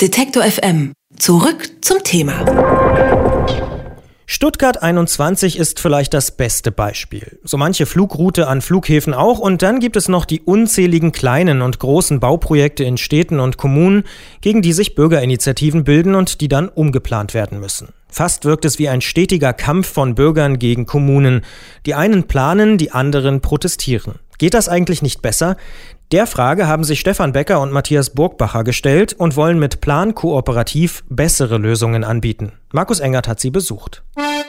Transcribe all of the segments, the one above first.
Detektor FM. Zurück zum Thema. Stuttgart 21 ist vielleicht das beste Beispiel. So manche Flugroute an Flughäfen auch. Und dann gibt es noch die unzähligen kleinen und großen Bauprojekte in Städten und Kommunen, gegen die sich Bürgerinitiativen bilden und die dann umgeplant werden müssen. Fast wirkt es wie ein stetiger Kampf von Bürgern gegen Kommunen. Die einen planen, die anderen protestieren. Geht das eigentlich nicht besser? Der Frage haben sich Stefan Becker und Matthias Burgbacher gestellt und wollen mit Plan Kooperativ bessere Lösungen anbieten. Markus Engert hat sie besucht.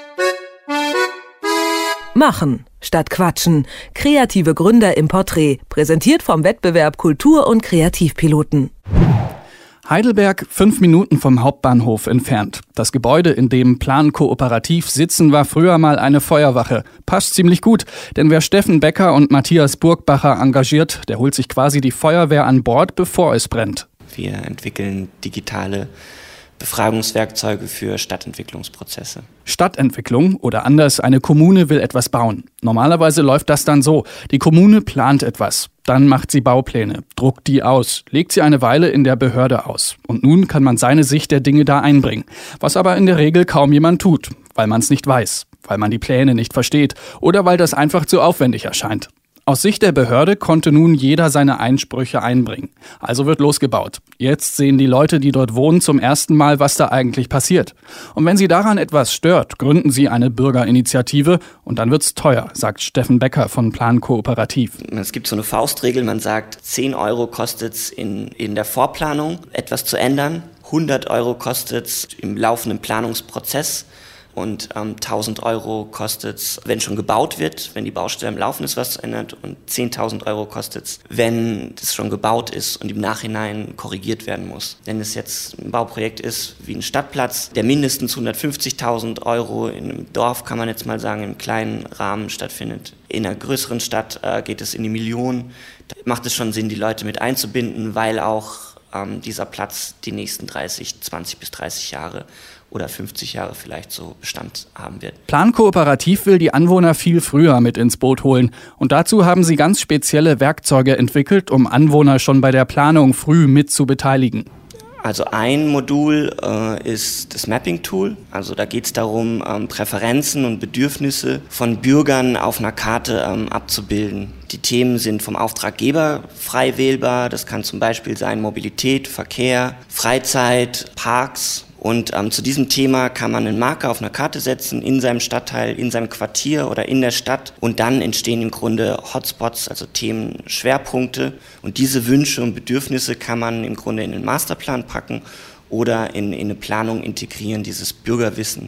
Machen statt Quatschen. Kreative Gründer im Porträt. Präsentiert vom Wettbewerb Kultur- und Kreativpiloten. Heidelberg, 5 Minuten vom Hauptbahnhof entfernt. Das Gebäude, in dem Plan Kooperativ sitzen, war früher mal eine Feuerwache. Passt ziemlich gut, denn wer Steffen Becker und Matthias Burgbacher engagiert, der holt sich quasi die Feuerwehr an Bord, bevor es brennt. Wir entwickeln digitale Befragungswerkzeuge für Stadtentwicklungsprozesse. Stadtentwicklung oder anders, eine Kommune will etwas bauen. Normalerweise läuft das dann so. Die Kommune plant etwas. Dann macht sie Baupläne, druckt die aus, legt sie eine Weile in der Behörde aus. Und nun kann man seine Sicht der Dinge da einbringen. Was aber in der Regel kaum jemand tut, weil man es nicht weiß, weil man die Pläne nicht versteht oder weil das einfach zu aufwendig erscheint. Aus Sicht der Behörde konnte nun jeder seine Einsprüche einbringen. Also wird losgebaut. Jetzt sehen die Leute, die dort wohnen, zum ersten Mal, was da eigentlich passiert. Und wenn sie daran etwas stört, gründen sie eine Bürgerinitiative und dann wird's teuer, sagt Steffen Becker von Plan Kooperativ. Es gibt so eine Faustregel, man sagt, 10 Euro kostet's in der Vorplanung, etwas zu ändern. 100 Euro kostet's im laufenden Planungsprozess. Und 1.000 Euro kostet es, wenn schon gebaut wird, wenn die Baustelle im Laufen ist, was ändert. Und 10.000 Euro kostet es, wenn das schon gebaut ist und im Nachhinein korrigiert werden muss. Wenn es jetzt ein Bauprojekt ist wie ein Stadtplatz, der mindestens 150.000 Euro in einem Dorf, kann man jetzt mal sagen, im kleinen Rahmen stattfindet. In einer größeren Stadt geht es in die Millionen. Da macht es schon Sinn, die Leute mit einzubinden, weil auch dieser Platz die nächsten 20 bis 30 Jahre oder 50 Jahre vielleicht so Bestand haben wird. Plan Kooperativ will die Anwohner viel früher mit ins Boot holen. Und dazu haben sie ganz spezielle Werkzeuge entwickelt, um Anwohner schon bei der Planung früh mit zu beteiligen. Also ein Modul ist das Mapping-Tool. Also da geht es darum, Präferenzen und Bedürfnisse von Bürgern auf einer Karte abzubilden. Die Themen sind vom Auftraggeber frei wählbar. Das kann zum Beispiel sein Mobilität, Verkehr, Freizeit, Parks. Und zu diesem Thema kann man einen Marker auf einer Karte setzen, in seinem Stadtteil, in seinem Quartier oder in der Stadt. Und dann entstehen im Grunde Hotspots, also Themenschwerpunkte. Und diese Wünsche und Bedürfnisse kann man im Grunde in den Masterplan packen oder in eine Planung integrieren, dieses Bürgerwissen.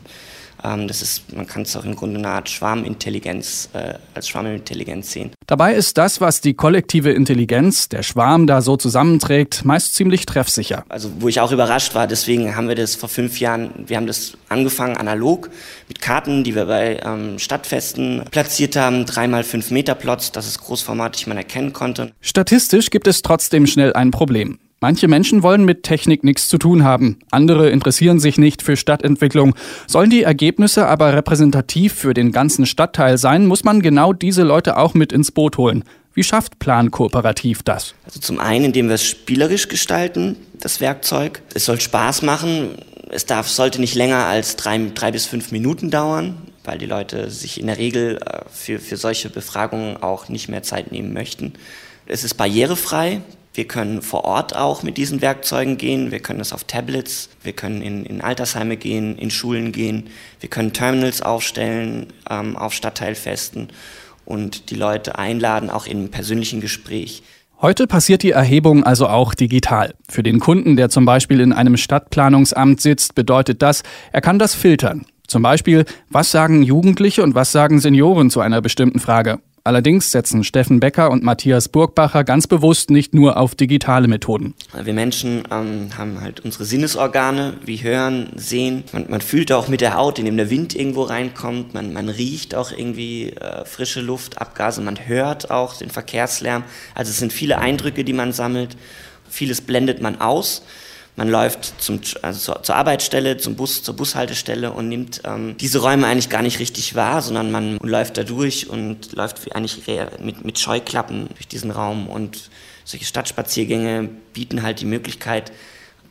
Man kann es auch im Grunde eine Art Schwarmintelligenz, als Schwarmintelligenz sehen. Dabei ist das, was die kollektive Intelligenz, der Schwarm da so zusammenträgt, meist ziemlich treffsicher. Also wo ich auch überrascht war, deswegen haben wir das vor 5 Jahren, wir haben das angefangen analog mit Karten, die wir bei Stadtfesten platziert haben, 3x5 Meter Plots, dass es großformatig man erkennen konnte. Statistisch gibt es trotzdem schnell ein Problem. Manche Menschen wollen mit Technik nichts zu tun haben. Andere interessieren sich nicht für Stadtentwicklung. Sollen die Ergebnisse aber repräsentativ für den ganzen Stadtteil sein, muss man genau diese Leute auch mit ins Boot holen. Wie schafft Plan Kooperativ das? Also zum einen, indem wir es spielerisch gestalten, das Werkzeug. Es soll Spaß machen. Sollte nicht länger als 3 bis 5 Minuten dauern, weil die Leute sich in der Regel für solche Befragungen auch nicht mehr Zeit nehmen möchten. Es ist barrierefrei. Wir können vor Ort auch mit diesen Werkzeugen gehen. Wir können das auf Tablets, wir können in Altersheime gehen, in Schulen gehen. Wir können Terminals aufstellen auf Stadtteilfesten und die Leute einladen, auch in einem persönlichen Gespräch. Heute passiert die Erhebung also auch digital. Für den Kunden, der zum Beispiel in einem Stadtplanungsamt sitzt, bedeutet das, er kann das filtern. Zum Beispiel, was sagen Jugendliche und was sagen Senioren zu einer bestimmten Frage? Allerdings setzen Steffen Becker und Matthias Burgbacher ganz bewusst nicht nur auf digitale Methoden. Wir Menschen haben halt unsere Sinnesorgane, wie Hören, Sehen. Man fühlt auch mit der Haut, indem der Wind irgendwo reinkommt. Man riecht auch irgendwie frische Luft, Abgase. Man hört auch den Verkehrslärm. Also es sind viele Eindrücke, die man sammelt. Vieles blendet man aus. Man läuft zur Arbeitsstelle, zur Bushaltestelle und nimmt diese Räume eigentlich gar nicht richtig wahr, sondern man läuft da durch und läuft eigentlich mit Scheuklappen durch diesen Raum. Und solche Stadtspaziergänge bieten halt die Möglichkeit,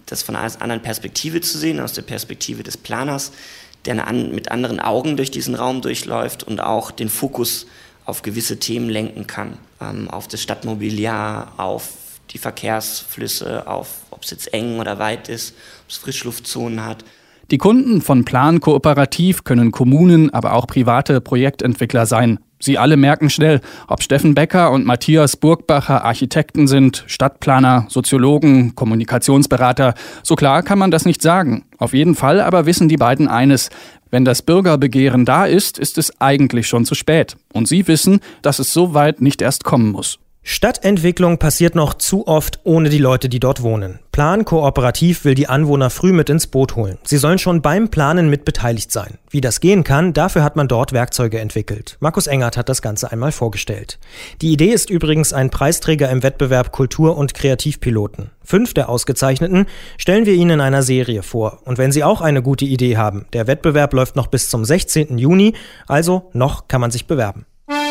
das von einer anderen Perspektive zu sehen, aus der Perspektive des Planers, der mit anderen Augen durch diesen Raum durchläuft und auch den Fokus auf gewisse Themen lenken kann. Auf das Stadtmobiliar, auf die Verkehrsflüsse, auf ob es jetzt eng oder weit ist, ob es Frischluftzonen hat. Die Kunden von Plan Kooperativ können Kommunen, aber auch private Projektentwickler sein. Sie alle merken schnell, ob Steffen Becker und Matthias Burgbacher Architekten sind, Stadtplaner, Soziologen, Kommunikationsberater. So klar kann man das nicht sagen. Auf jeden Fall aber wissen die beiden eines: Wenn das Bürgerbegehren da ist, ist es eigentlich schon zu spät. Und sie wissen, dass es so weit nicht erst kommen muss. Stadtentwicklung passiert noch zu oft ohne die Leute, die dort wohnen. Plan Kooperativ will die Anwohner früh mit ins Boot holen. Sie sollen schon beim Planen mit beteiligt sein. Wie das gehen kann, dafür hat man dort Werkzeuge entwickelt. Markus Engert hat das Ganze einmal vorgestellt. Die Idee ist übrigens ein Preisträger im Wettbewerb Kultur- und Kreativpiloten. 5 der Ausgezeichneten stellen wir Ihnen in einer Serie vor. Und wenn Sie auch eine gute Idee haben, der Wettbewerb läuft noch bis zum 16. Juni, also noch kann man sich bewerben.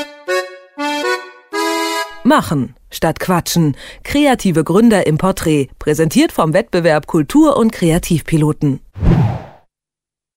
Machen statt Quatschen. Kreative Gründer im Porträt. Präsentiert vom Wettbewerb Kultur- und Kreativpiloten.